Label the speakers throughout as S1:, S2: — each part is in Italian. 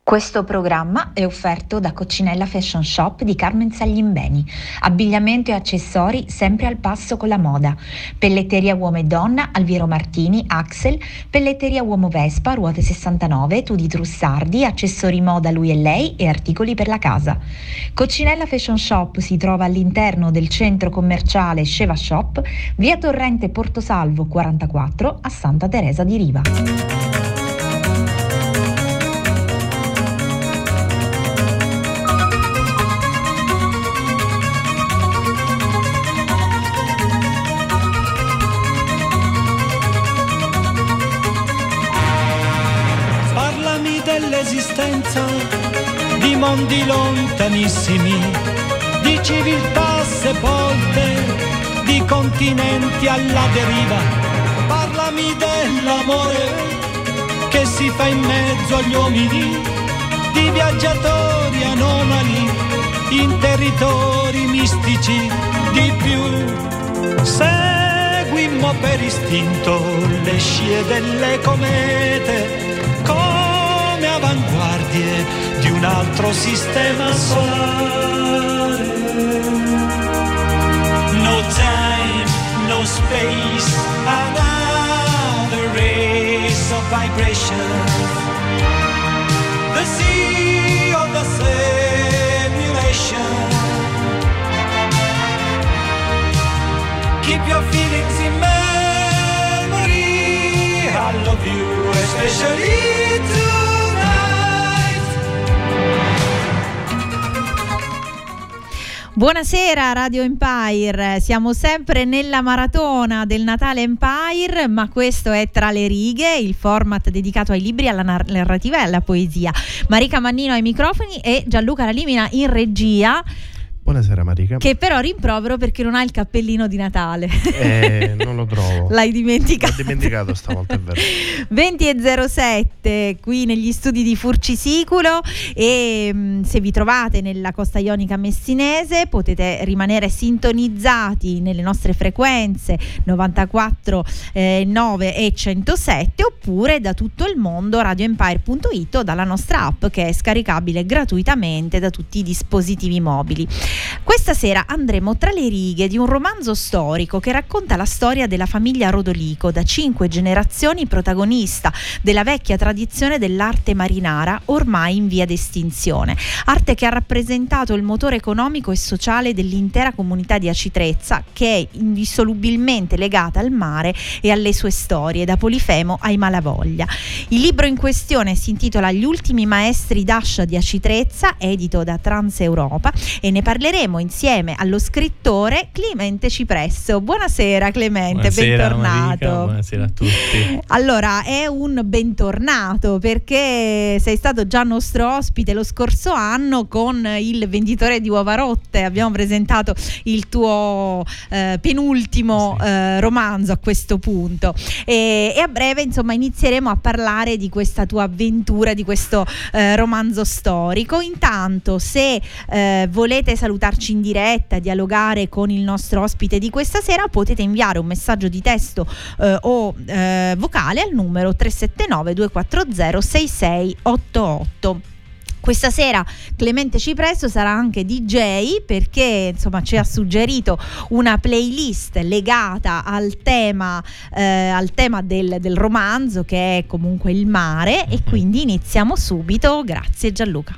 S1: Questo programma è offerto da Coccinella Fashion Shop di Carmen Saglimbeni. Abbigliamento e accessori sempre al passo con la moda. Pelletteria uomo e donna, Alviero Martini, Axel. Pelletteria uomo Vespa, Ruote 69, Tudi Trussardi, accessori moda lui e lei e articoli per la casa. Coccinella Fashion Shop si trova all'interno del centro commerciale Sceva Shop, via Torrente Portosalvo 44 a Santa Teresa di Riva.
S2: Dell'esistenza di mondi lontanissimi, di civiltà sepolte, di continenti alla deriva. Parlami dell'amore che si fa in mezzo agli uomini, di viaggiatori anomali in territori mistici. Di più seguimmo per istinto le scie delle comete, avanguardie di un altro sistema solare. No time, no space, another race of vibration. The sea of the simulation. Keep your feelings in memory. I love you, especially tonight.
S3: Buonasera Radio Empire, siamo sempre nella maratona del Natale Empire, ma questo è Tra le righe, il format dedicato ai libri, alla narrativa e alla poesia. Marica Mannino ai microfoni e Gianluca Lalimina in regia.
S4: Buonasera Marica.
S3: Che però rimprovero perché non ha il cappellino di Natale.
S4: Non lo trovo.
S3: L'hai dimenticato.
S4: L'ho dimenticato stavolta, è vero.
S3: 20:07 qui negli studi di Furcisiculo e se vi trovate nella costa ionica messinese potete rimanere sintonizzati nelle nostre frequenze 94, 9 e 107 oppure da tutto il mondo radioempire.it o dalla nostra app che è scaricabile gratuitamente da tutti i dispositivi mobili. Questa sera andremo tra le righe di un romanzo storico che racconta la storia della famiglia Rodolico, da 5 generazioni protagonista della vecchia tradizione dell'arte marinara ormai in via d'estinzione, arte che ha rappresentato il motore economico e sociale dell'intera comunità di Aci Trezza, che è indissolubilmente legata al mare e alle sue storie, da Polifemo ai Malavoglia. Il libro in questione si intitola Gli ultimi maestri d'ascia di Aci Trezza, edito da Transeuropa, e ne parleremo insieme allo scrittore Clemente Cipresso. Buonasera Clemente,
S5: buonasera,
S3: bentornato.
S5: Marica, buonasera a tutti.
S3: Allora, è un bentornato perché sei stato già nostro ospite lo scorso anno con Il venditore di uova rotte. Abbiamo presentato il tuo penultimo romanzo a questo punto e a breve insomma inizieremo a parlare di questa tua avventura, di questo romanzo storico. Intanto, se volete salutarci in diretta, dialogare con il nostro ospite di questa sera, potete inviare un messaggio di testo o vocale al numero 379 240 6688. Questa sera Clemente Cipresso sarà anche DJ perché insomma ci ha suggerito una playlist legata al tema del romanzo, che è comunque il mare, e quindi iniziamo subito. Grazie Gianluca.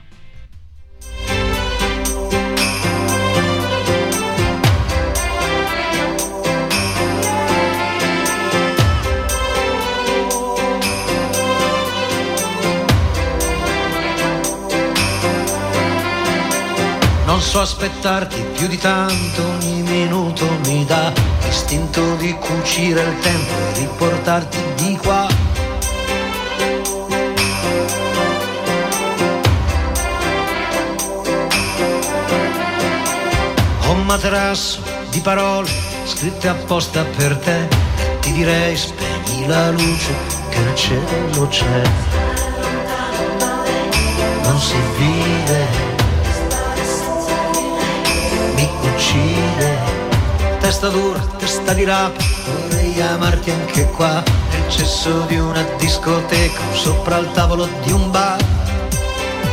S6: Non so aspettarti più di tanto, ogni minuto mi dà l'istinto di cucire il tempo e riportarti di qua. Ho un materasso di parole scritte apposta per te, ti direi spegni la luce che nel cielo c'è. Non si vive, mi uccide, testa dura, testa di rapa, vorrei amarti anche qua, nel cesso di una discoteca, sopra il tavolo di un bar.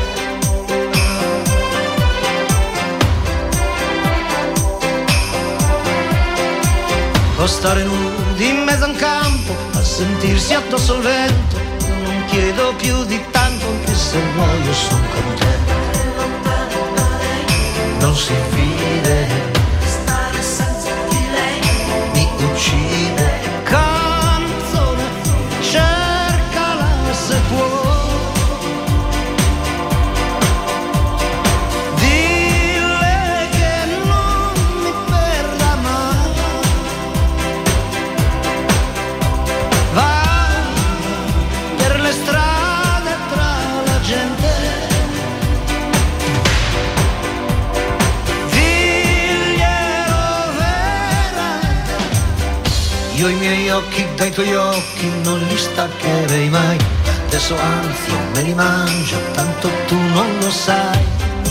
S6: stare nudi in mezzo a un campo a sentirsi addosso il vento. Non chiedo più di tanto, anche se muoio sono contento. Non si fide, stare senza di lei mi uccide. Canzone, cercala se può. Io i miei occhi dai tuoi occhi non li staccherei mai. Adesso anzi me li mangio, tanto tu non lo sai.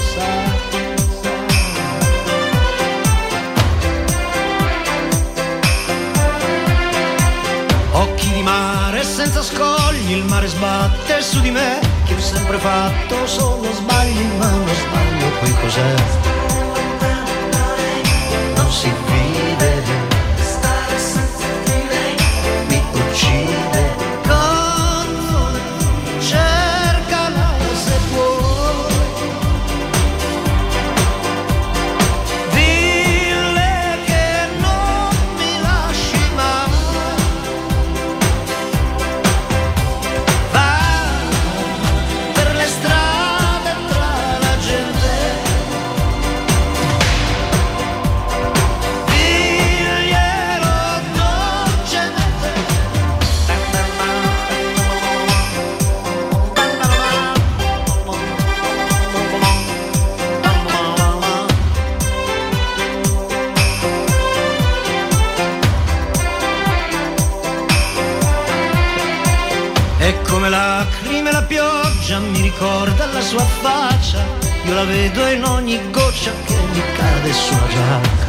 S6: Occhi di mare senza scogli, il mare sbatte su di me. Che ho sempre fatto solo sbagli, ma non sbaglio poi cos'è? Non si vede. Cercala se puoi, dille che non mi lasci mai. Va per le strade tra la gente, diglielo dolcemente. E come lacrime la pioggia mi ricorda la sua faccia. Io la vedo in ogni goccia che mi cade sulla giacca.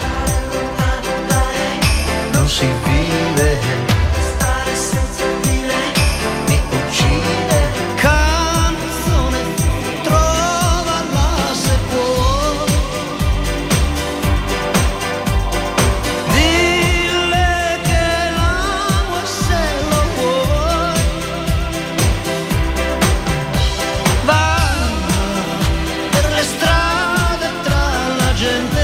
S6: Non si vive, stare senza di lei mi uccide. Canzone, trovala se puoi, dille che l'amo e se lo vuoi. Va per le strade tra la gente,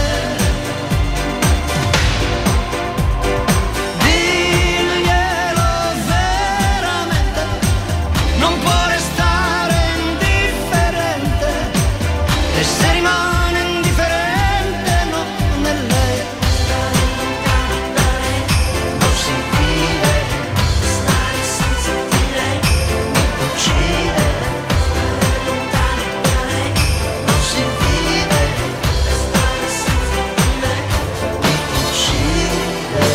S6: diglielo veramente. Non può restare indifferente, e se rimane indifferente non è lei. Non si vive, stare senza di lei mi uccide. Non si vive, stare senza di lei mi uccide.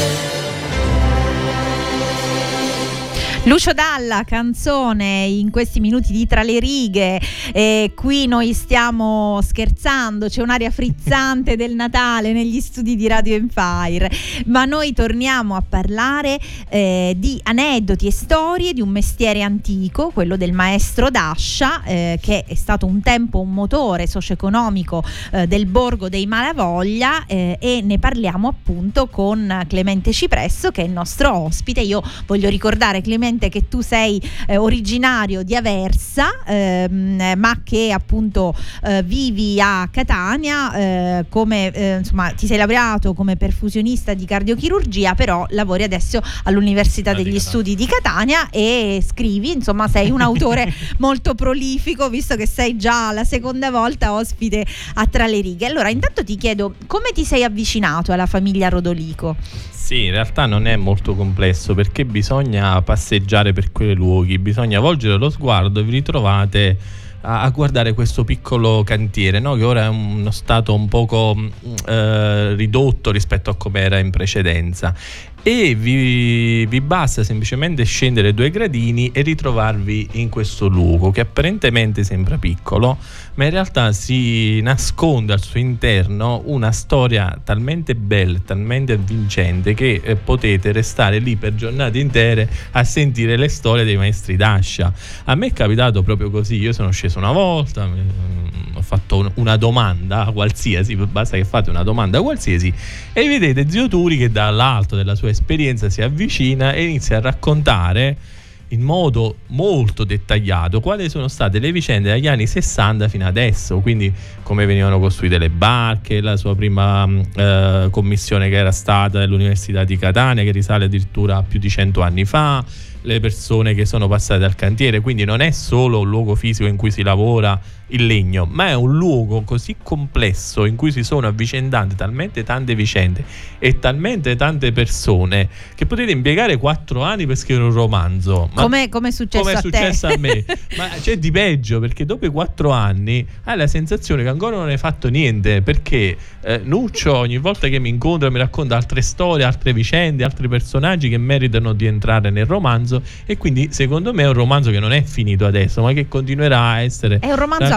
S3: Lucio Dalla, canzone in questi minuti di Tra le righe. Qui noi stiamo scherzando, c'è un'aria frizzante del Natale negli studi di Radio Empire, ma noi torniamo a parlare di aneddoti e storie di un mestiere antico, quello del maestro d'ascia, che è stato un tempo un motore socio-economico del borgo dei Malavoglia, e ne parliamo appunto con Clemente Cipresso, che è il nostro ospite. Io voglio ricordare, Clemente, che tu sei originario di Aversa, ma che appunto vivi a Catania, come insomma ti sei laureato come perfusionista di cardiochirurgia, però lavori adesso all'Università degli Studi di Catania e scrivi, insomma sei un autore molto prolifico, visto che sei già la seconda volta ospite a Tra le righe. Allora, intanto ti chiedo, come ti sei avvicinato alla famiglia Rodolico?
S5: Sì, in realtà non è molto complesso, perché bisogna passeggiare per quei luoghi, bisogna volgere lo sguardo e vi ritrovate a guardare questo piccolo cantiere, no? Che ora è uno stato un poco ridotto rispetto a come era in precedenza, e vi basta semplicemente scendere 2 gradini e ritrovarvi in questo luogo che apparentemente sembra piccolo, ma in realtà si nasconde al suo interno una storia talmente bella, talmente avvincente, che potete restare lì per giornate intere a sentire le storie dei maestri d'ascia. A me è capitato proprio così. Io sono sceso una volta, ho fatto una domanda qualsiasi, basta che fate una domanda qualsiasi e vedete zio Turi che dall'alto della sua esperienza si avvicina e inizia a raccontare in modo molto dettagliato quali sono state le vicende dagli anni 60 fino adesso, quindi come venivano costruite le barche, la sua prima commissione che era stata dell'Università di Catania, che risale addirittura a più di 100 anni fa, le persone che sono passate al cantiere. Quindi non è solo un luogo fisico in cui si lavora il legno, ma è un luogo così complesso in cui si sono avvicendate talmente tante vicende e talmente tante persone che potete impiegare 4 anni per scrivere un romanzo.
S3: Come è successo
S5: a me. Ma c'è di peggio, perché dopo i 4 anni hai la sensazione che ancora non hai fatto niente, perché Nuccio ogni volta che mi incontra mi racconta altre storie, altre vicende, altri personaggi che meritano di entrare nel romanzo, e quindi secondo me è un romanzo che non è finito adesso, ma che continuerà a essere
S3: un romanzo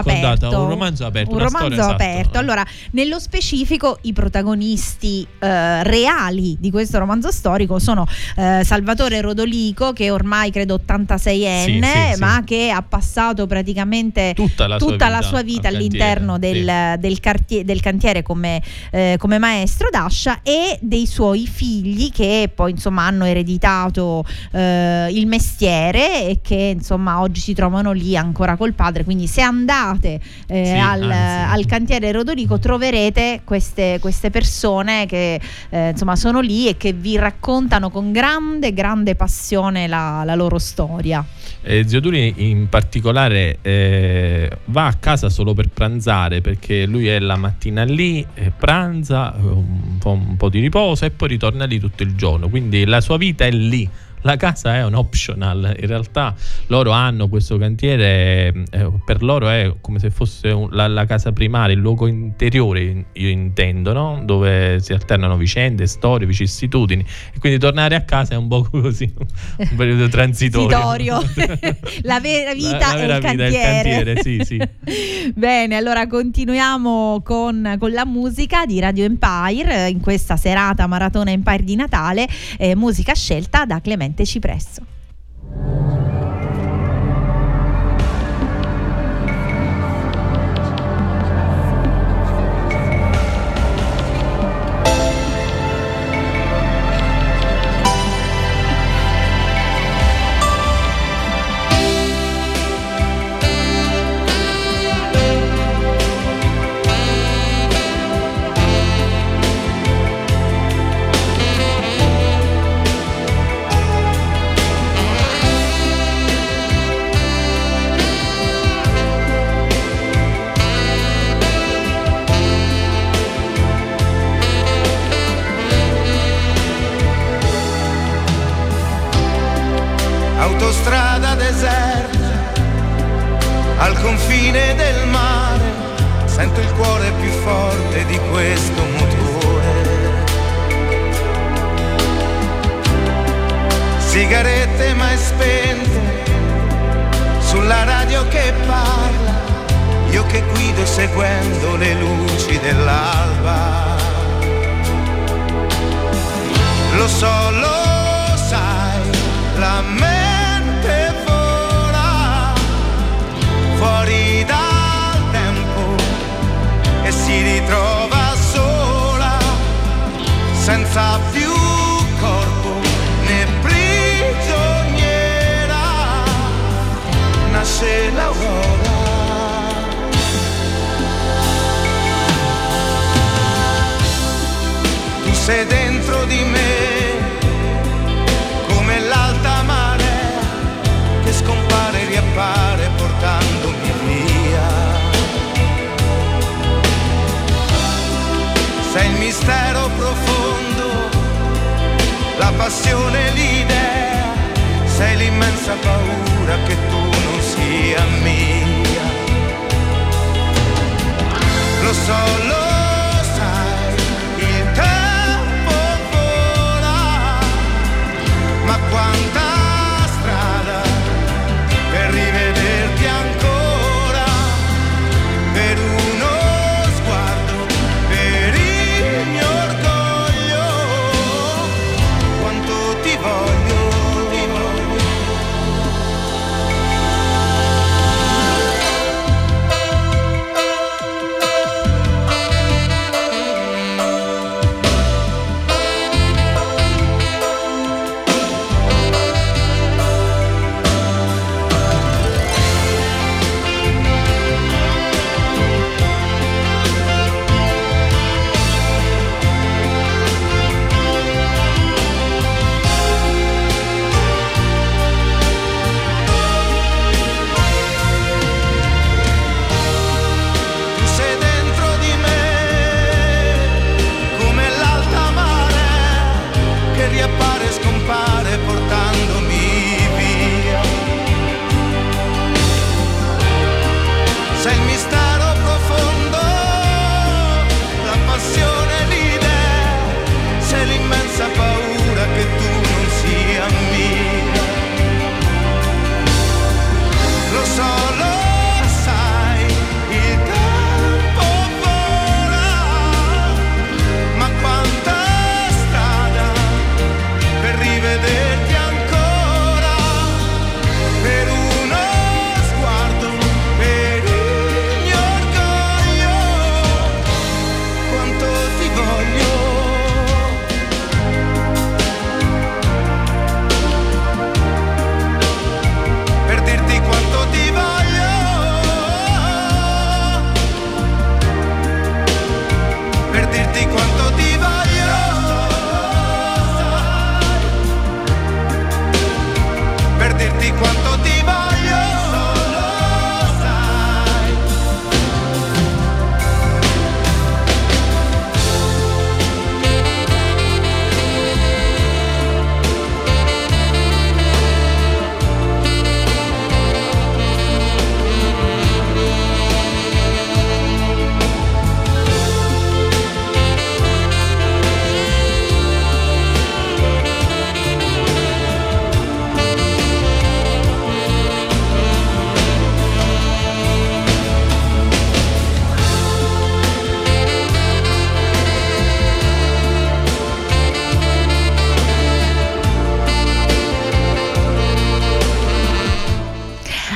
S3: aperto. Allora, nello specifico i protagonisti reali di questo romanzo storico sono Salvatore Rodolico, che ormai credo 86enne, ma che ha passato praticamente tutta la sua vita all'interno del cantiere come maestro d'ascia, e dei suoi figli che poi insomma hanno ereditato il mestiere e che insomma oggi si trovano lì ancora col padre. Quindi se andate al cantiere Rodolico troverete queste persone che insomma sono lì e che vi raccontano con grande passione la loro storia.
S5: Zio Turi in particolare va a casa solo per pranzare, perché lui è la mattina lì, pranza, un po' di riposo e poi ritorna lì tutto il giorno, quindi la sua vita è lì. La casa è un optional, in realtà loro hanno questo cantiere, per loro è come se fosse la casa primaria, il luogo interiore, io intendo, no? Dove si alternano vicende, storie, vicissitudini, e quindi tornare a casa è un po' così, un periodo transitorio.
S3: La vera vita è il cantiere.
S5: Sì.
S3: Bene, allora continuiamo con la musica di Radio Empire in questa serata Maratona Empire di Natale, musica scelta da Clemente Cipresso.
S7: Autostrada deserta al confine del mare, sento il cuore più forte di questo motore. Sigarette mai spente, sulla radio che parla, io che guido seguendo le luci dell'alba. Lo so, lo sai, la mente vola fuori dal tempo e si ritrova sola, senza più corpo né prigioniera, nasce l'aurora. Tu sei dentro di me come l'alta marea che scompare e riappare portandomi via. Sei il mistero profondo, la passione, l'idea, sei l'immensa paura che tu non sia mia. Lo so, lo sai, il tempo vola, ma quanta strada per rivederti ancora, per uno sguardo, per il mio orgoglio, quanto ti voglio, ti voglio.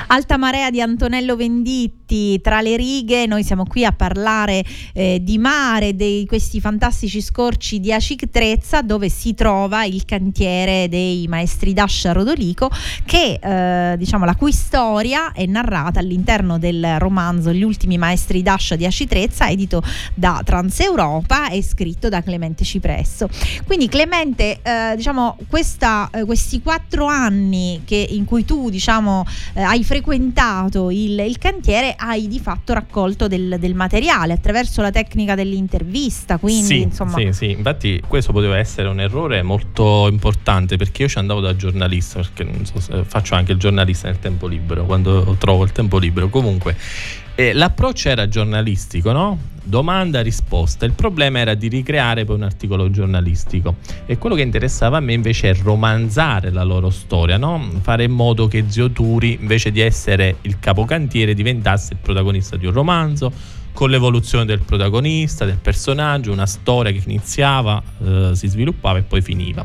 S3: Alta marea di Antonello Venditti, tra le righe. Noi siamo qui a parlare di mare, di questi fantastici scorci di Acic Trezza, dove si trova il cantiere dei maestri Dascia Rodolico, che diciamo la cui storia è narrata all'interno del romanzo Gli ultimi maestri Dascia di Acic Trezza, edito da Transeuropa e scritto da Clemente Cipresso. Quindi Clemente, diciamo questi 4 anni in cui tu diciamo hai frequentato il cantiere, hai di fatto raccolto del materiale attraverso la tecnica dell'intervista, quindi
S5: sì,
S3: insomma
S5: sì, infatti questo poteva essere un errore molto importante, perché io ci andavo da giornalista, perché non so se faccio anche il giornalista nel tempo libero, quando trovo il tempo libero. Comunque l'approccio era giornalistico, no? Domanda, risposta. Il problema era di ricreare poi un articolo giornalistico, e quello che interessava a me invece è romanzare la loro storia, no? Fare in modo che Zio Turi, invece di essere il capocantiere, diventasse il protagonista di un romanzo, con l'evoluzione del protagonista, del personaggio, una storia che iniziava, si sviluppava e poi finiva.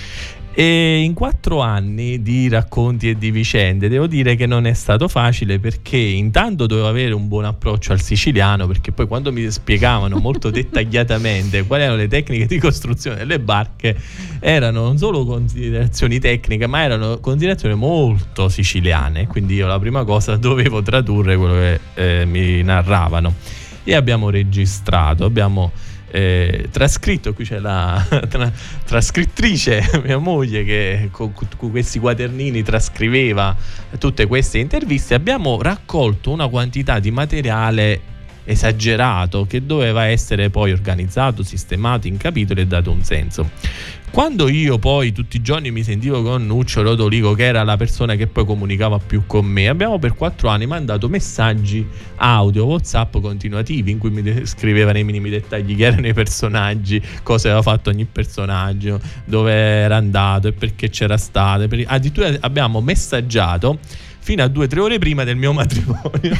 S5: E in 4 anni di racconti e di vicende devo dire che non è stato facile, perché intanto dovevo avere un buon approccio al siciliano, perché poi quando mi spiegavano molto dettagliatamente quali erano le tecniche di costruzione delle barche, erano non solo considerazioni tecniche, ma erano considerazioni molto siciliane, quindi io la prima cosa dovevo tradurre quello che mi narravano, e abbiamo registrato, abbiamo trascritto. Qui c'è la trascrittrice, mia moglie, che con questi quadernini trascriveva tutte queste interviste. Abbiamo raccolto una quantità di materiale esagerato che doveva essere poi organizzato, sistemato in capitoli e dato un senso. Quando io poi tutti i giorni mi sentivo con Nuccio Rodolico, che era la persona che poi comunicava più con me, abbiamo per 4 anni mandato messaggi audio, WhatsApp continuativi, in cui mi scriveva nei minimi dettagli chi erano i personaggi, cosa aveva fatto ogni personaggio, dove era andato e perché c'era stato. Addirittura abbiamo messaggiato fino a 2-3 ore prima del mio matrimonio.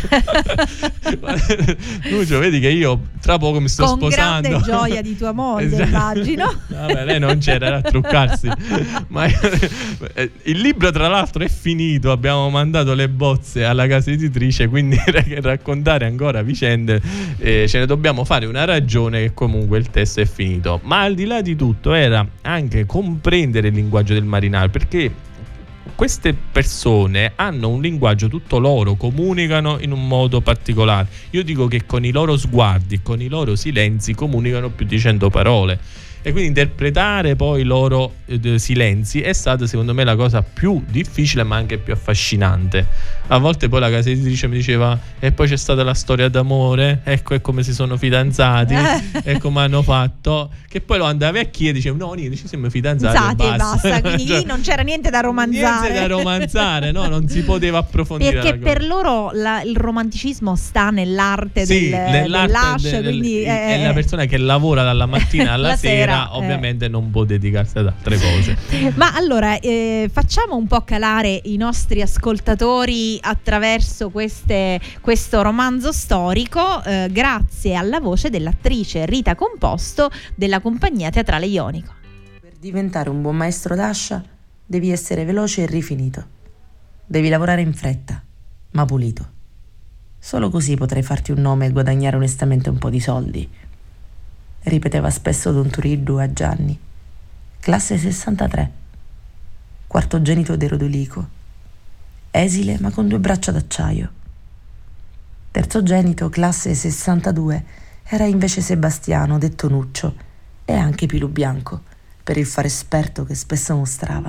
S5: Lucio, vedi che io tra poco mi sto sposando.
S3: Con grande gioia di tua moglie, immagino.
S5: Vabbè, lei non c'era, era a truccarsi. Ma il libro tra l'altro è finito, abbiamo mandato le bozze alla casa editrice, quindi raccontare ancora vicende, ce ne dobbiamo fare una ragione, che comunque il testo è finito. Ma al di là di tutto era anche comprendere il linguaggio del marinaio, perché queste persone hanno un linguaggio tutto loro, comunicano in un modo particolare. Io dico che con i loro sguardi, con i loro silenzi comunicano più di 100 parole, e quindi interpretare poi i loro silenzi è stata secondo me la cosa più difficile, ma anche più affascinante. A volte poi la casa editrice mi diceva: e poi c'è stata la storia d'amore, ecco, è come si sono fidanzati e come hanno fatto, che poi lo andavi a chiedere, dicevo no, niente, ci siamo fidanzati e basta.
S3: Quindi lì non c'era niente da romanzare.
S5: Niente da romanzare, no, non si poteva approfondire,
S3: perché per loro il romanticismo sta nell'arte dell'ascia, quindi
S5: è la persona che lavora dalla mattina alla sera, ovviamente non può dedicarsi ad altre cose.
S3: Ma allora facciamo un po' calare i nostri ascoltatori attraverso questo romanzo storico, grazie alla voce dell'attrice Rita Composto della Compagnia Teatrale Ionico.
S8: Per diventare un buon maestro d'ascia devi essere veloce e rifinito. Devi lavorare in fretta, ma pulito. Solo così potrai farti un nome e guadagnare onestamente un po' di soldi, ripeteva spesso Don Turiddu a Gianni, classe 63, quartogenito de Rodolico, esile ma con 2 braccia d'acciaio. Terzogenito, classe 62, era invece Sebastiano, detto Nuccio, e anche Pilu Bianco, per il fare esperto che spesso mostrava.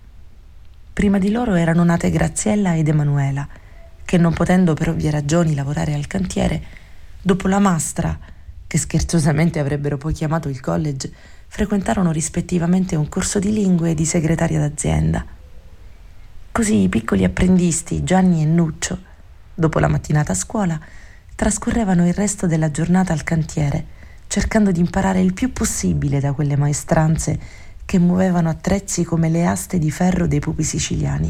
S8: Prima di loro erano nate Graziella ed Emanuela, che non potendo per ovvie ragioni lavorare al cantiere, dopo la mastra, che scherzosamente avrebbero poi chiamato il college, frequentarono rispettivamente un corso di lingue e di segretaria d'azienda. Così i piccoli apprendisti, Gianni e Nuccio, dopo la mattinata a scuola, trascorrevano il resto della giornata al cantiere, cercando di imparare il più possibile da quelle maestranze che muovevano attrezzi come le aste di ferro dei pupi siciliani.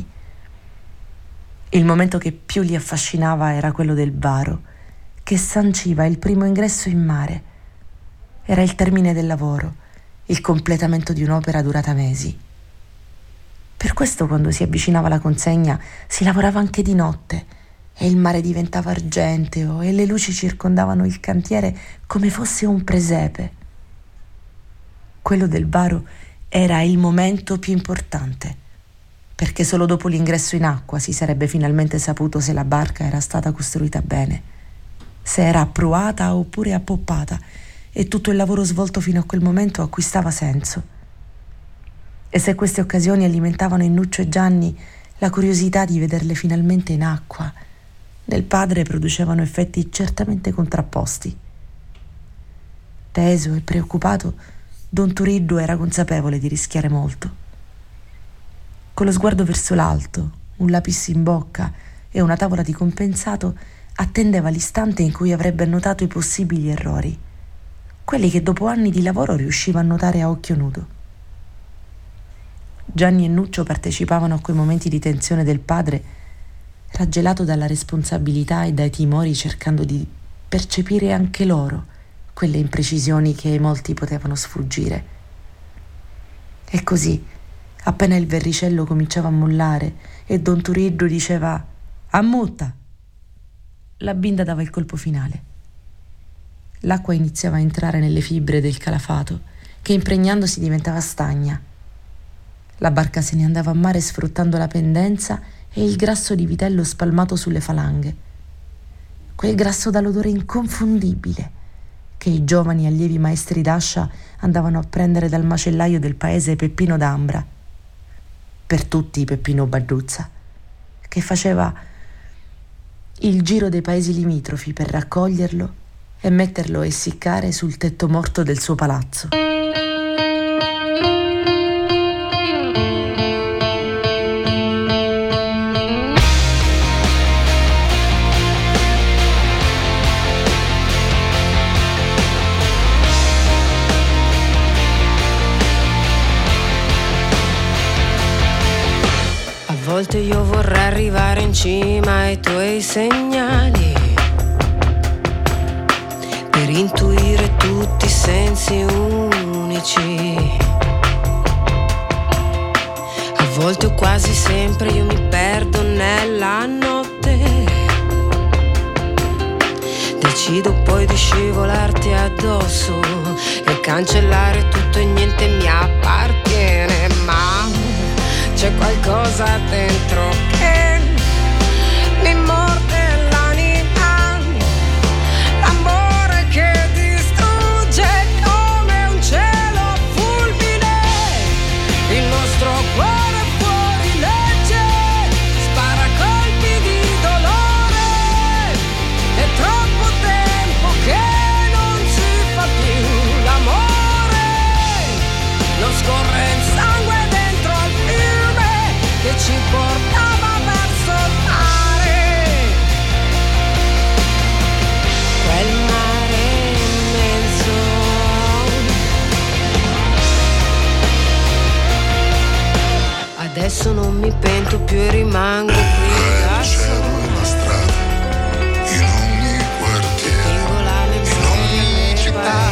S8: Il momento che più li affascinava era quello del varo, che sanciva il primo ingresso in mare. Era il termine del lavoro, il completamento di un'opera durata mesi. Per questo quando si avvicinava la consegna si lavorava anche di notte e il mare diventava argenteo e le luci circondavano il cantiere come fosse un presepe. Quello del varo era il momento più importante, perché solo dopo l'ingresso in acqua si sarebbe finalmente saputo se la barca era stata costruita bene, se era appruata oppure appoppata, e tutto il lavoro svolto fino a quel momento acquistava senso. E se queste occasioni alimentavano in Nuccio e Gianni la curiosità di vederle finalmente in acqua, nel padre producevano effetti certamente contrapposti. Teso e preoccupato, Don Turiddu era consapevole di rischiare molto. Con lo sguardo verso l'alto, un lapis in bocca e una tavola di compensato, attendeva l'istante in cui avrebbe notato i possibili errori, quelli che dopo anni di lavoro riusciva a notare a occhio nudo. Gianni e Nuccio partecipavano a quei momenti di tensione del padre, raggelato dalla responsabilità e dai timori, cercando di percepire anche loro quelle imprecisioni che ai molti potevano sfuggire. E così, appena il verricello cominciava a mollare e Don Turiddu diceva «Ammutta!», la binda dava il colpo finale. L'acqua iniziava a entrare nelle fibre del calafato, che impregnandosi diventava stagna. La barca se ne andava a mare sfruttando la pendenza e il grasso di vitello spalmato sulle falanghe. Quel grasso dall'odore inconfondibile che i giovani allievi maestri d'ascia andavano a prendere dal macellaio del paese Peppino d'Ambra, per tutti Peppino Badruzza, che faceva il giro dei paesi limitrofi per raccoglierlo e metterlo a essiccare sul tetto morto del suo palazzo.
S9: A volte io vorrei arrivare in cima ai tuoi segnali, per intuire tutti i sensi unici. A volte o quasi sempre io mi perdo nella notte, decido poi di scivolarti addosso e cancellare tutto e niente mi appartiene, ma c'è qualcosa dentro che mi morde l'anima, l'amore che distrugge come un cielo fulmine, il nostro cuore fuori legge, spara colpi di dolore, è troppo tempo che non si fa più l'amore, non scorre il sangue dentro al fiume che ci portava verso il mare, quel mare immenso. Adesso non mi pento più e rimango qui da sola.
S10: La strada, in ogni quartiere, in ogni città.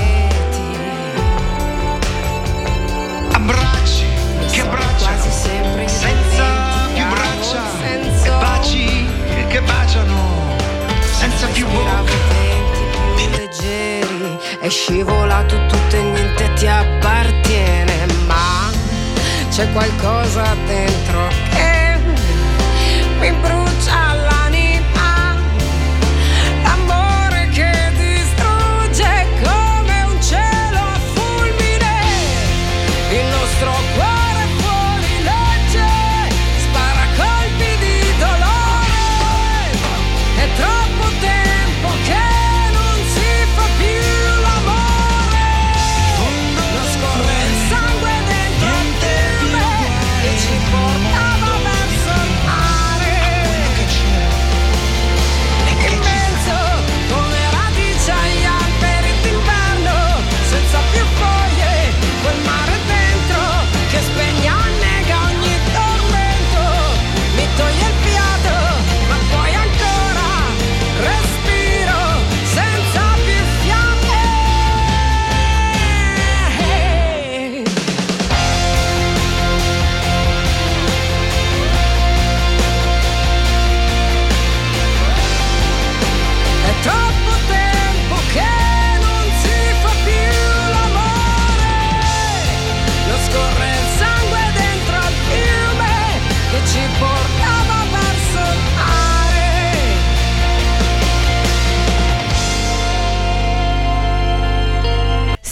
S6: Abbracci, che abbracciano, senza più braccia, e baci che baciano, senza più bocca.
S9: Più leggeri, è scivolato tutto e niente ti appartiene, ma c'è qualcosa dentro che mi brucia l'anima, l'amore che distrugge come un cielo a fulmine, il nostro cuore fuori legge, spara colpi di dolore, è troppo tempo che non si fa più l'amore, non scorre il sangue dentro il fiume che ci portava verso il mare,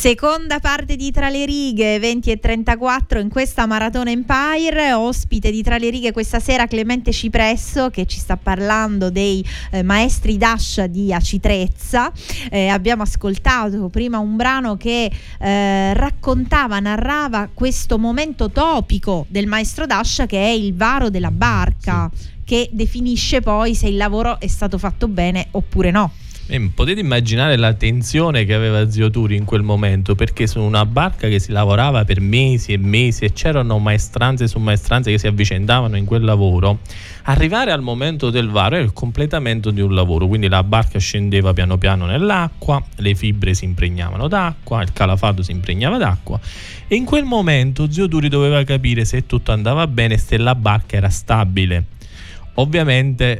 S3: Seconda parte di Tra le righe, 20:34 in questa Maratona Empire. Ospite di Tra le righe questa sera Clemente Cipresso, che ci sta parlando dei maestri Dash di Aci Trezza. Abbiamo ascoltato prima un brano che narrava questo momento topico del maestro Dash, che è il varo della barca, che definisce poi se il lavoro è stato fatto bene oppure no.
S5: Potete immaginare la tensione che aveva zio Turi in quel momento, perché su una barca che si lavorava per mesi e mesi e c'erano maestranze su maestranze che si avvicendavano in quel lavoro, arrivare al momento del varo era il completamento di un lavoro, quindi la barca scendeva piano piano nell'acqua, le fibre si impregnavano d'acqua, il calafato si impregnava d'acqua, e in quel momento zio Turi doveva capire se tutto andava bene, se la barca era stabile. Ovviamente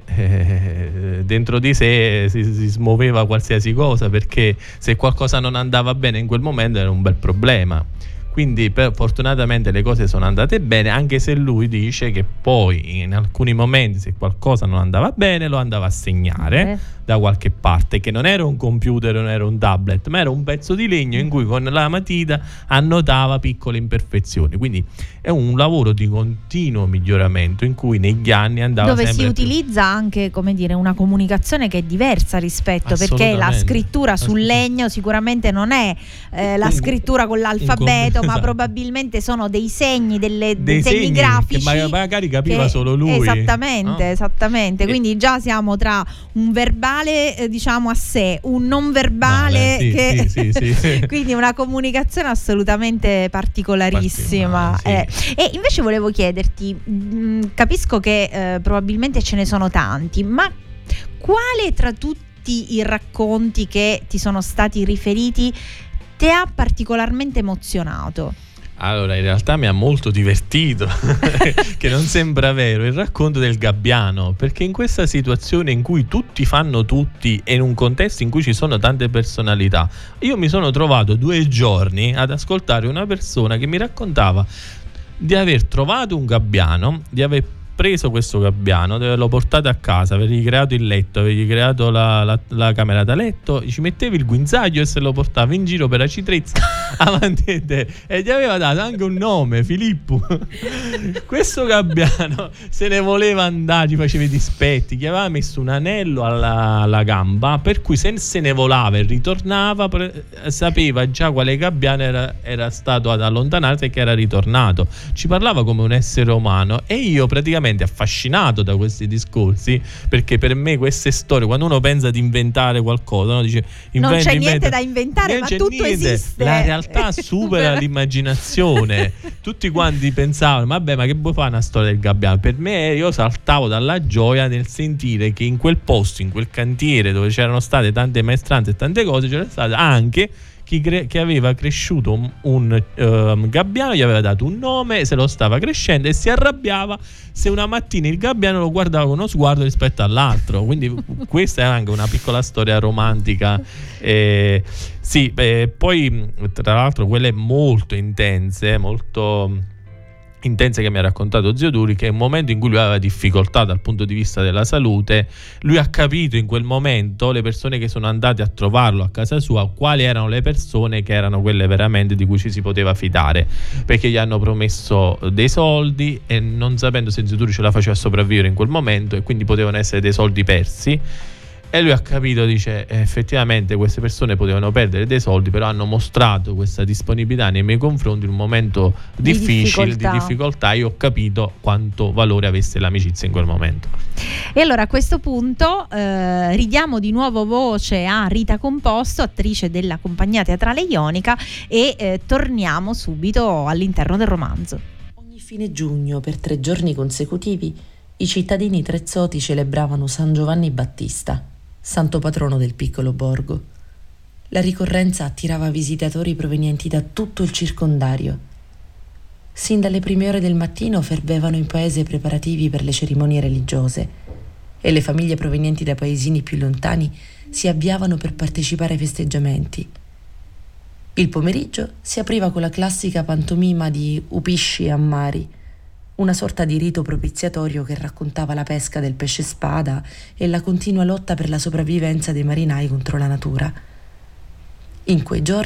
S5: dentro di sé si smuoveva qualsiasi cosa, perché se qualcosa non andava bene in quel momento era un bel problema. Quindi fortunatamente le cose sono andate bene, anche se lui dice che poi in alcuni momenti, se qualcosa non andava bene, lo andava a segnare da qualche parte, che non era un computer, non era un tablet, ma era un pezzo di legno in cui con la matita annotava piccole imperfezioni. Quindi è un lavoro di continuo miglioramento, in cui negli anni andava
S3: dove
S5: sempre
S3: si utilizza anche, come dire, una comunicazione che è diversa rispetto, perché la scrittura sul legno sicuramente non è la scrittura con l'alfabeto, ma probabilmente sono dei segni, dei segni grafici
S5: che magari capiva solo lui.
S3: Esattamente, esattamente. Quindi già siamo tra un verbale diciamo a sé, un non verbale,
S5: sì.
S3: quindi una comunicazione assolutamente particolarissima. E invece volevo chiederti, capisco che probabilmente ce ne sono tanti, ma quale tra tutti i racconti che ti sono stati riferiti ti ha particolarmente emozionato?
S5: Allora, in realtà mi ha molto divertito, che non sembra vero, il racconto del gabbiano, perché in questa situazione in cui tutti fanno tutti e in un contesto in cui ci sono tante personalità, io mi sono trovato 2 giorni ad ascoltare una persona che mi raccontava di aver trovato un gabbiano, di aver preso questo gabbiano, di averlo portato a casa, avergli creato il letto, avergli creato la camera da letto, ci mettevi il guinzaglio e se lo portava in giro per Aci Trezza avanti e te, e gli aveva dato anche un nome, Filippo. Questo gabbiano se ne voleva andare, gli faceva i dispetti, gli aveva messo un anello alla gamba, per cui se ne volava e ritornava sapeva già quale gabbiano era stato ad allontanarsi e che era ritornato. Ci parlava come un essere umano, e io praticamente affascinato da questi discorsi, perché per me queste storie, quando uno pensa di inventare qualcosa, no? Dice
S3: non c'è niente da inventare, ma tutto esiste.
S5: La realtà supera l'immaginazione. Tutti quanti pensavano, vabbè, ma che vuoi fare una storia del gabbiano? Per me, io saltavo dalla gioia nel sentire che in quel posto, in quel cantiere dove c'erano state tante maestranze e tante cose, c'era stato anche che aveva cresciuto un gabbiano, gli aveva dato un nome, se lo stava crescendo e si arrabbiava se una mattina il gabbiano lo guardava con uno sguardo rispetto all'altro. Quindi questa è anche una piccola storia romantica. Poi tra l'altro quelle molto intense che mi ha raccontato zio Turi, che è un momento in cui lui aveva difficoltà dal punto di vista della salute. Lui ha capito in quel momento, le persone che sono andate a trovarlo a casa sua, quali erano le persone che erano quelle veramente di cui ci si poteva fidare, perché gli hanno promesso dei soldi e non sapendo se zio Turi ce la faceva sopravvivere in quel momento, e quindi potevano essere dei soldi persi. E lui ha capito, dice, effettivamente queste persone potevano perdere dei soldi, però hanno mostrato questa disponibilità nei miei confronti in un momento difficile, di difficoltà. Io ho capito quanto valore avesse l'amicizia in quel momento.
S3: E allora a questo punto ridiamo di nuovo voce a Rita Composto, attrice della compagnia teatrale Ionica, e torniamo subito all'interno del romanzo.
S8: Ogni fine giugno, per 3 giorni consecutivi, i cittadini trezzoti celebravano San Giovanni Battista, santo patrono del piccolo borgo. La ricorrenza attirava visitatori provenienti da tutto il circondario. Sin dalle prime ore del mattino fervevano in paese preparativi per le cerimonie religiose, e le famiglie provenienti da paesini più lontani si avviavano per partecipare ai festeggiamenti. Il pomeriggio si apriva con la classica pantomima di Upisci e Ammari, una sorta di rito propiziatorio che raccontava la pesca del pesce spada e la continua lotta per la sopravvivenza dei marinai contro la natura. In quei giorni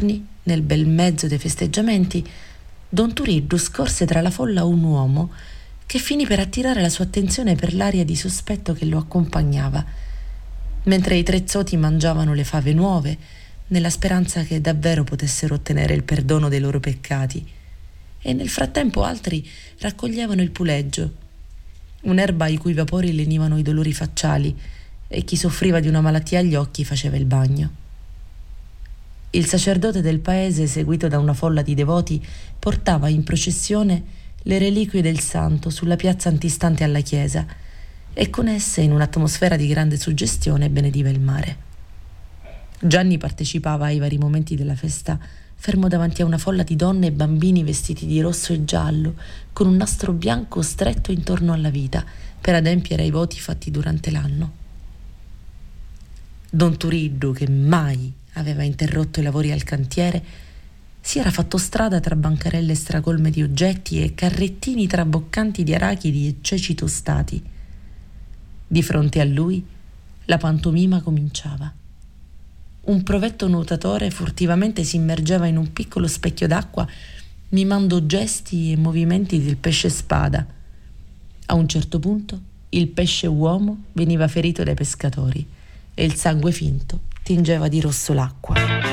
S8: nel bel mezzo dei festeggiamenti, Don Turiddu scorse tra la folla un uomo che finì per attirare la sua attenzione per l'aria di sospetto che lo accompagnava, mentre i tre zoti mangiavano le fave nuove, nella speranza che davvero potessero ottenere il perdono dei loro peccati, e nel frattempo altri raccoglievano il puleggio, un'erba i cui vapori lenivano i dolori facciali, e chi soffriva di una malattia agli occhi faceva il bagno. Il sacerdote del paese, seguito da una folla di devoti, portava in processione le reliquie del santo sulla piazza antistante alla chiesa e con esse, in un'atmosfera di grande suggestione, benediva il mare. Gianni partecipava ai vari momenti della festa, fermo davanti a una folla di donne e bambini vestiti di rosso e giallo, con un nastro bianco stretto intorno alla vita, per adempiere ai voti fatti durante l'anno. Don Turiddu, che mai aveva interrotto i lavori al cantiere, si era fatto strada tra bancarelle stracolme di oggetti e carrettini traboccanti di arachidi e ceci tostati. Di fronte a lui la pantomima cominciava. Un provetto nuotatore furtivamente si immergeva in un piccolo specchio d'acqua, mimando gesti e movimenti del pesce spada. A un certo punto il pesce uomo veniva ferito dai pescatori e il sangue finto tingeva di rosso l'acqua.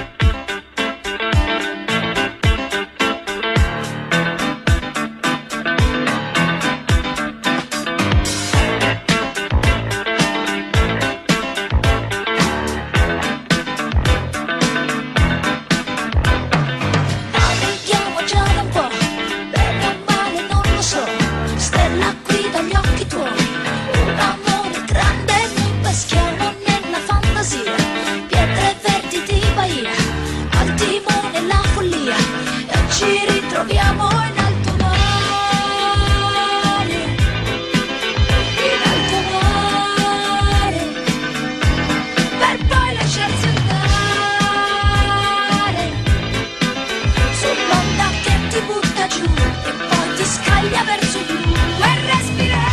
S11: Pietre verdi di Bahia, al timone la follia, e ci ritroviamo in alto mare, in alto mare, per poi lasciarsi andare sull'onda che ti butta giù e poi ti scaglia verso giù e respirare.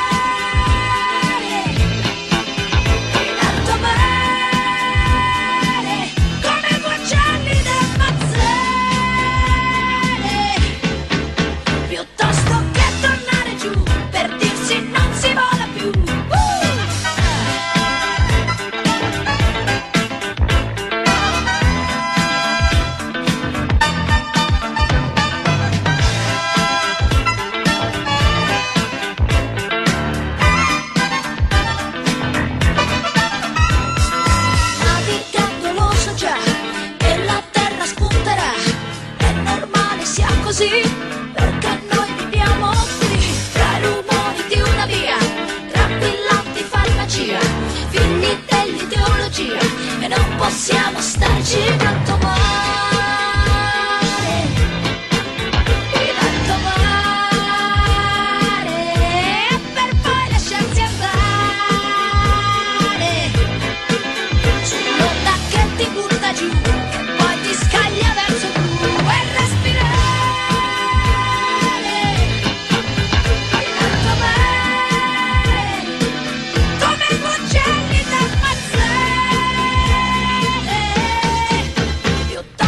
S11: Perché noi viviamo qui, tra i rumori di una via, tra brillanti farmacia, figli dell'ideologia, e non possiamo starci in alto mare, in alto mare, per poi lasciarsi andare sull'onda che ti butta giù e poi ti scaglia verso giù e respirare. Piuttosto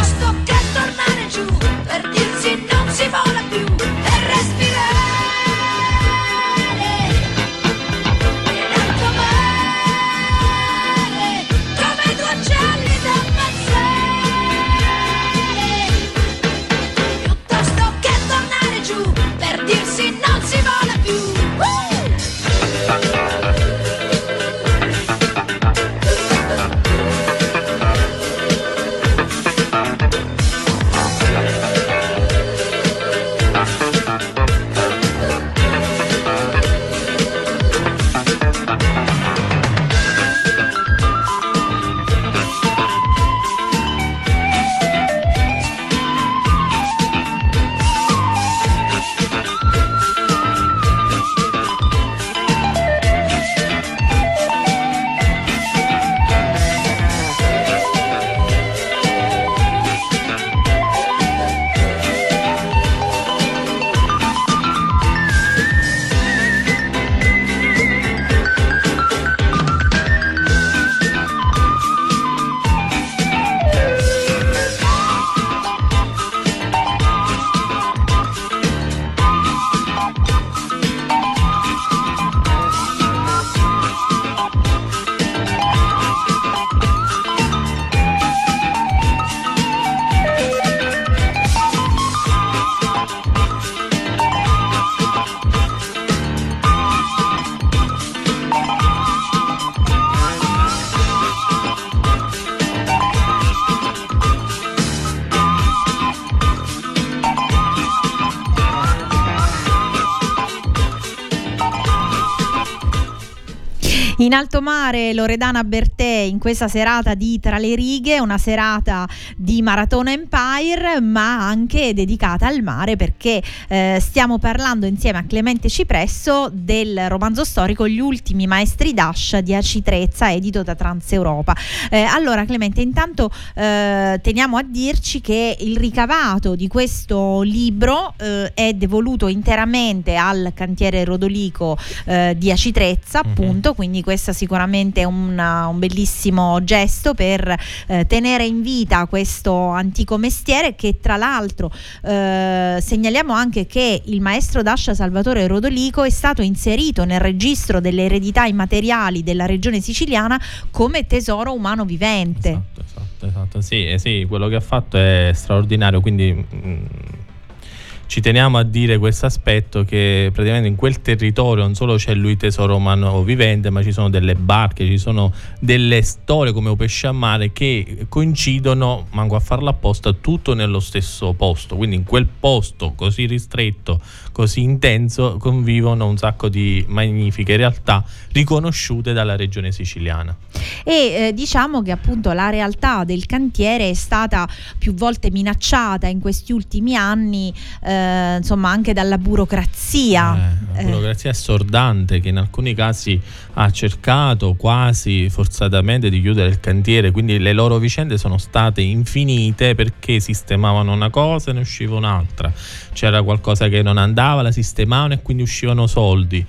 S3: In alto mare Loredana Bertè in questa serata di Tra le righe, una serata di Maratona Empire, ma anche dedicata al mare, perché stiamo parlando insieme a Clemente Cipresso del romanzo storico Gli ultimi maestri d'ascia di Aci Trezza, edito da Transeuropa. Allora Clemente, intanto teniamo a dirci che il ricavato di questo libro è devoluto interamente al cantiere Rodolico di Aci Trezza, appunto, quindi questa sicuramente è un bellissimo gesto per tenere in vita questo antico mestiere, che tra l'altro segnaliamo anche che il maestro d'ascia Salvatore Rodolico è stato inserito nel registro delle eredità immateriali della regione siciliana come tesoro umano vivente.
S5: Esatto. Sì, quello che ha fatto è straordinario, quindi ci teniamo a dire questo aspetto, che praticamente in quel territorio non solo c'è lui tesoro umano vivente, ma ci sono delle barche, ci sono delle storie come un pesce a mare che coincidono, manco a farlo apposta, tutto nello stesso posto. Quindi in quel posto così ristretto, così intenso, convivono un sacco di magnifiche realtà riconosciute dalla regione siciliana.
S3: E diciamo che appunto la realtà del cantiere è stata più volte minacciata in questi ultimi anni, insomma, anche dalla burocrazia.
S5: La burocrazia assordante, che in alcuni casi ha cercato quasi forzatamente di chiudere il cantiere, quindi le loro vicende sono state infinite, perché sistemavano una cosa e ne usciva un'altra, c'era qualcosa che non andava, la sistemavano e quindi uscivano soldi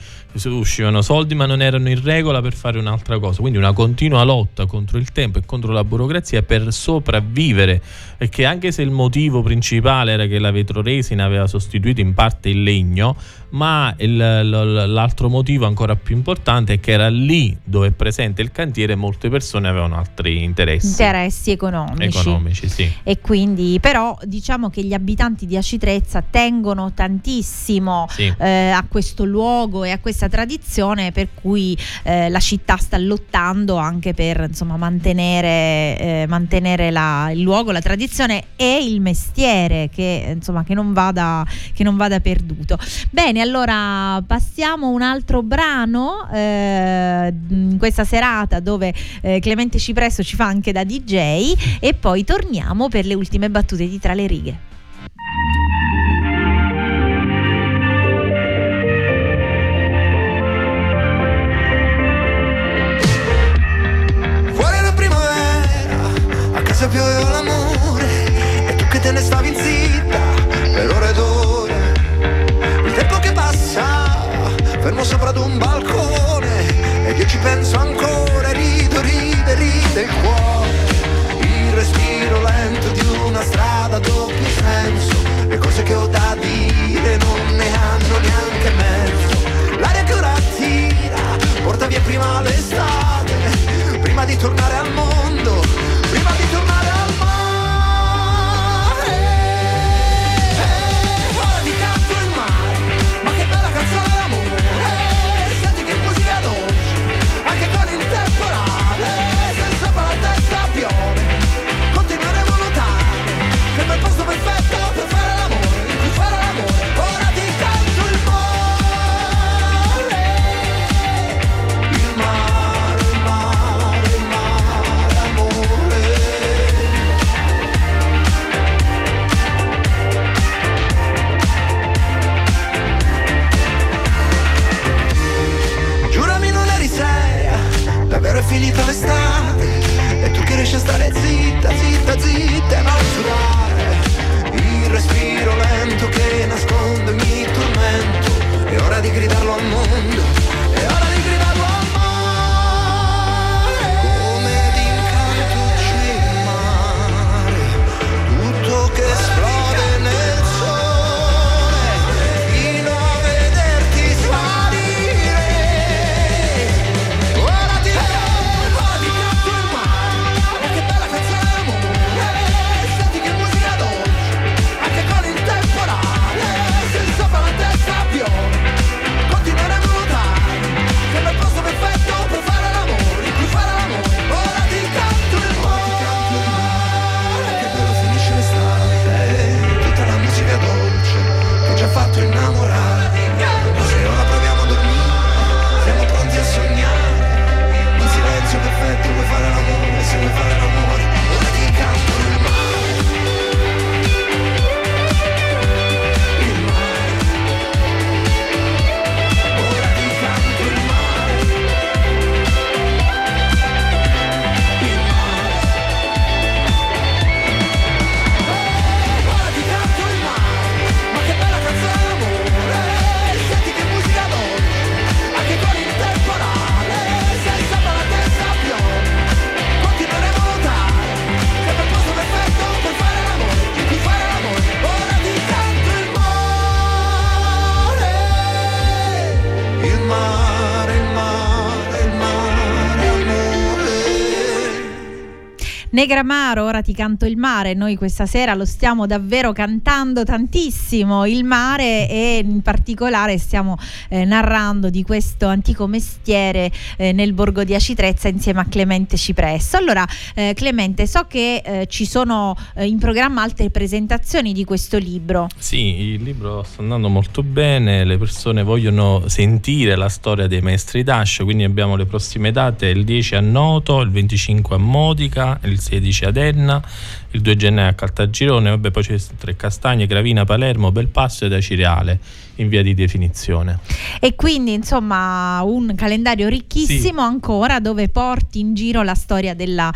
S5: ma non erano in regola per fare un'altra cosa, quindi una continua lotta contro il tempo e contro la burocrazia per sopravvivere, perché anche se il motivo principale era che la vetroresina aveva sostituito in parte il legno, ma l'altro motivo ancora più importante è che era lì dove è presente il cantiere, molte persone avevano altri interessi economici, sì.
S3: E quindi però diciamo che gli abitanti di Aci Trezza tengono tantissimo a questo luogo e a questa tradizione, per cui la città sta lottando anche per, insomma, mantenere il luogo, la tradizione e il mestiere, che insomma che non vada perduto. Bene, allora passiamo un altro brano in questa serata dove Clemente Cipresso ci fa anche da DJ, e poi torniamo per le ultime battute di Tra le righe.
S7: Fuori la primavera, a casa pioveva l'amore, e tu che te ne stavi zitta per ore ed ore. Il tempo che passa, fermo sopra ad un balcone, ed io ci penso ancora, ride il cuore. Il respiro lento di una strada a doppio senso, le cose che ho da dire non ne hanno neanche mezzo. L'aria che ora tira porta via prima l'estate, prima di tornare al mondo, prima di tornare al mare. Ora ti canto il mare, ma che bella canzone d'amore. Senti che poesia dolce, anche con il temporale, senza la testa
S3: Negramaro, ora ti canto il mare. Noi questa sera lo stiamo davvero cantando tantissimo, il mare, e in particolare stiamo narrando di questo antico mestiere nel borgo di Acitrezza insieme a Clemente Cipresso. Allora Clemente, so che ci sono in programma altre presentazioni di questo libro.
S5: Sì, il libro sta andando molto bene, le persone vogliono sentire la storia dei maestri d'ascia, quindi abbiamo le prossime date: il 10 a Noto, il 25 a Modica, il 16 ad Enna, il 2 gennaio a Caltagirone, vabbè, poi c'è Treccastagne, Gravina, Palermo, Belpasso ed Acireale in via di definizione. E
S3: quindi insomma un calendario ricchissimo, sì, ancora, dove porti in giro la storia della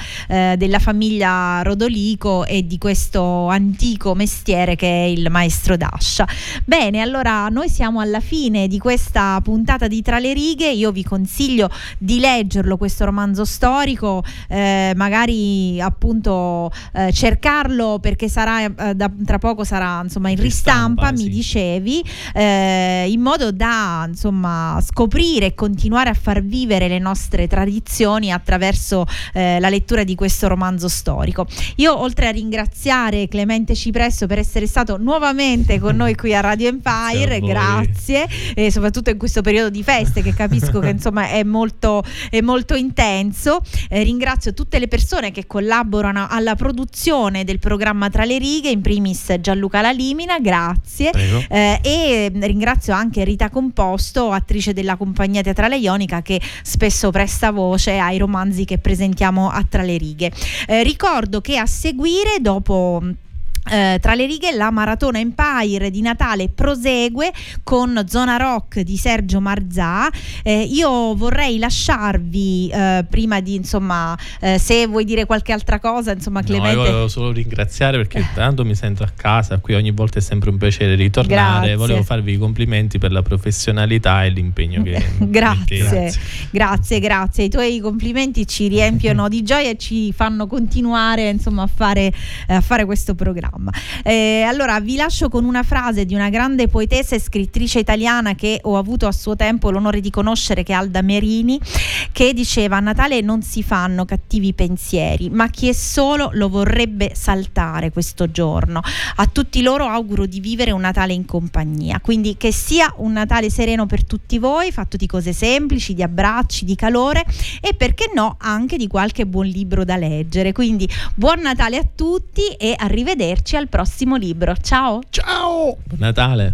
S3: famiglia Rodolico e di questo antico mestiere che è il maestro d'ascia. Bene, allora noi siamo alla fine di questa puntata di Tra le righe. Io vi consiglio di leggerlo, questo romanzo storico, magari appunto cercarlo, perché sarà tra poco sarà insomma in ristampa, mi dicevi, in modo da insomma scoprire e continuare a far vivere le nostre tradizioni attraverso la lettura di questo romanzo storico. Io, oltre a ringraziare Clemente Cipresso per essere stato nuovamente con noi qui a Radio Empire, grazie, e soprattutto in questo periodo di feste che capisco che insomma è molto intenso, ringrazio tutte le persone che collaborano alla produzione del programma Tra le righe, in primis Gianluca Lalimina, grazie, e ringrazio anche Rita Composto, attrice della compagnia teatrale ionica, che spesso presta voce ai romanzi che presentiamo a Tra le righe. Ricordo che a seguire, dopo Tra le righe, la Maratona Empire di Natale prosegue con Zona Rock di Sergio Marzà. Io vorrei lasciarvi prima di insomma se vuoi dire qualche altra cosa, insomma, Clemente.
S5: No, io volevo solo ringraziare, perché tanto mi sento a casa qui, ogni volta è sempre un piacere ritornare. Grazie. Volevo farvi i complimenti per la professionalità e l'impegno che grazie. I tuoi complimenti ci riempiono di gioia e ci fanno continuare insomma a fare questo programma. Allora vi lascio con una frase di una grande poetessa e scrittrice italiana che ho avuto a suo tempo l'onore di conoscere, che è Alda Merini, che diceva: a Natale non si fanno cattivi pensieri, ma chi è solo lo vorrebbe saltare questo giorno. A tutti loro auguro di vivere un Natale in compagnia, quindi che sia un Natale sereno per tutti voi, fatto di cose semplici, di abbracci, di calore e, perché no, anche di qualche buon libro da leggere. Quindi buon Natale a tutti e arrivederci al prossimo libro. Ciao! Ciao! Buon Natale!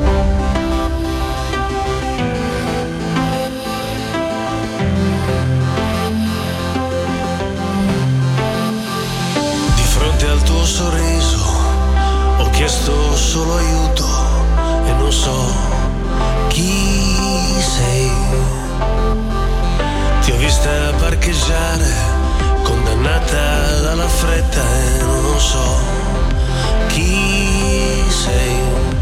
S6: Di fronte al tuo sorriso ho chiesto solo aiuto e non so chi sei. Ti ho vista parcheggiare, condannata dalla fretta, e non so chi sei.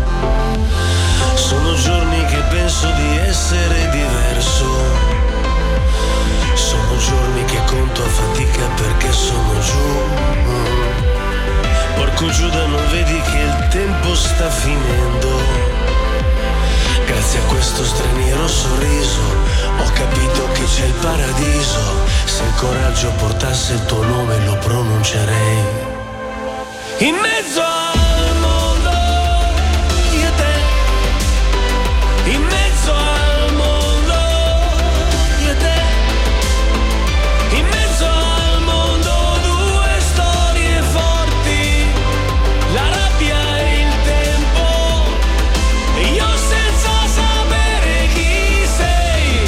S6: Sono giorni che penso di essere diverso, sono giorni che conto a fatica perché sono giù. Porco Giuda, non vedi che il tempo sta finendo? Grazie a questo straniero sorriso ho capito che c'è il paradiso. Se il coraggio portasse il tuo nome lo pronuncerei. In mezzo al mondo, io e te. In mezzo al mondo, io e te. In mezzo al mondo, due storie forti, la rabbia e il tempo. E io senza sapere chi sei,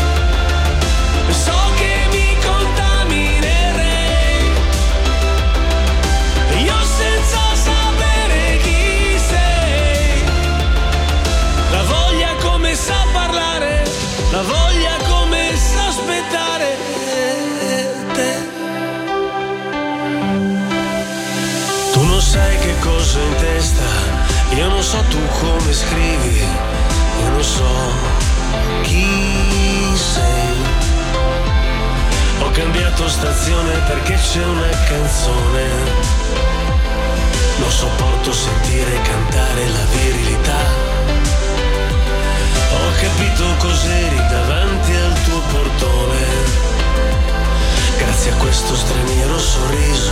S6: so che mi contaminerei. E io senza sapere chi sei, la voglia come sa parlare, la voglia come sa aspettare te. Tu non sai che cosa ho in testa, io non so tu come scrivi, io non so chi sei. Ho cambiato stazione perché c'è una canzone, non sopporto sentire cantare la virilità. Ho capito cos'eri davanti al tuo portone, grazie a questo straniero sorriso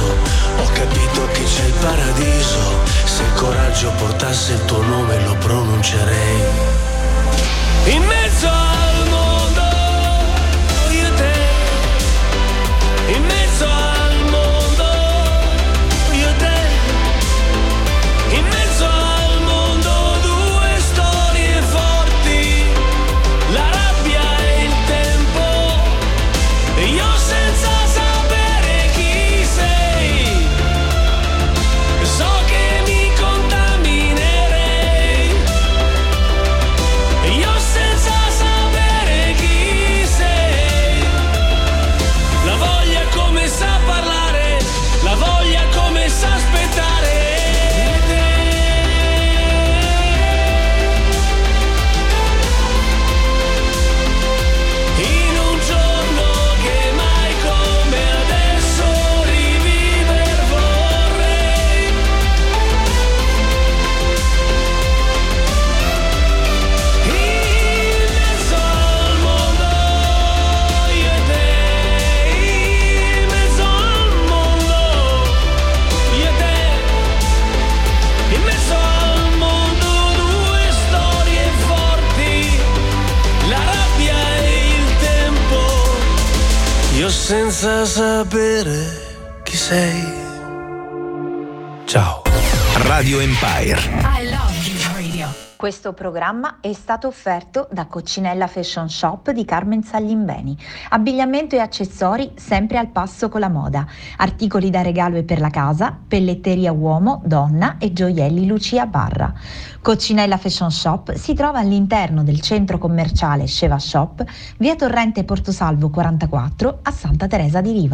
S6: paradiso. Se il coraggio portasse il tuo nome lo pronuncerei. In mezzo al mondo, io e te. In mezzo al mondo, io e te. In mezzo al mondo, due storie forti. La rabbia e il tempo. E io senza sapere chi sei. So che mi contaminerei. E io senza sapere chi sei. La voglia come sa parlare, la voglia come sa aspettare. In un giorno che mai come adesso riviver vorrei. In mezzo al mondo, io e te. In mezzo al mondo, io e te. In mezzo al mondo, due storie forti. La rabbia e il tempo. Io senza sapere chi sei. Ciao.
S12: Radio Empire.
S1: Questo programma è stato offerto da Coccinella Fashion Shop di Carmen Saglimbeni. Abbigliamento e accessori sempre al passo con la moda. Articoli da regalo e per la casa, pelletteria uomo, donna e gioielli Lucia Barra. Coccinella Fashion Shop si trova all'interno del centro commerciale Sceva Shop, via Torrente Portosalvo 44 a Santa Teresa di Riva.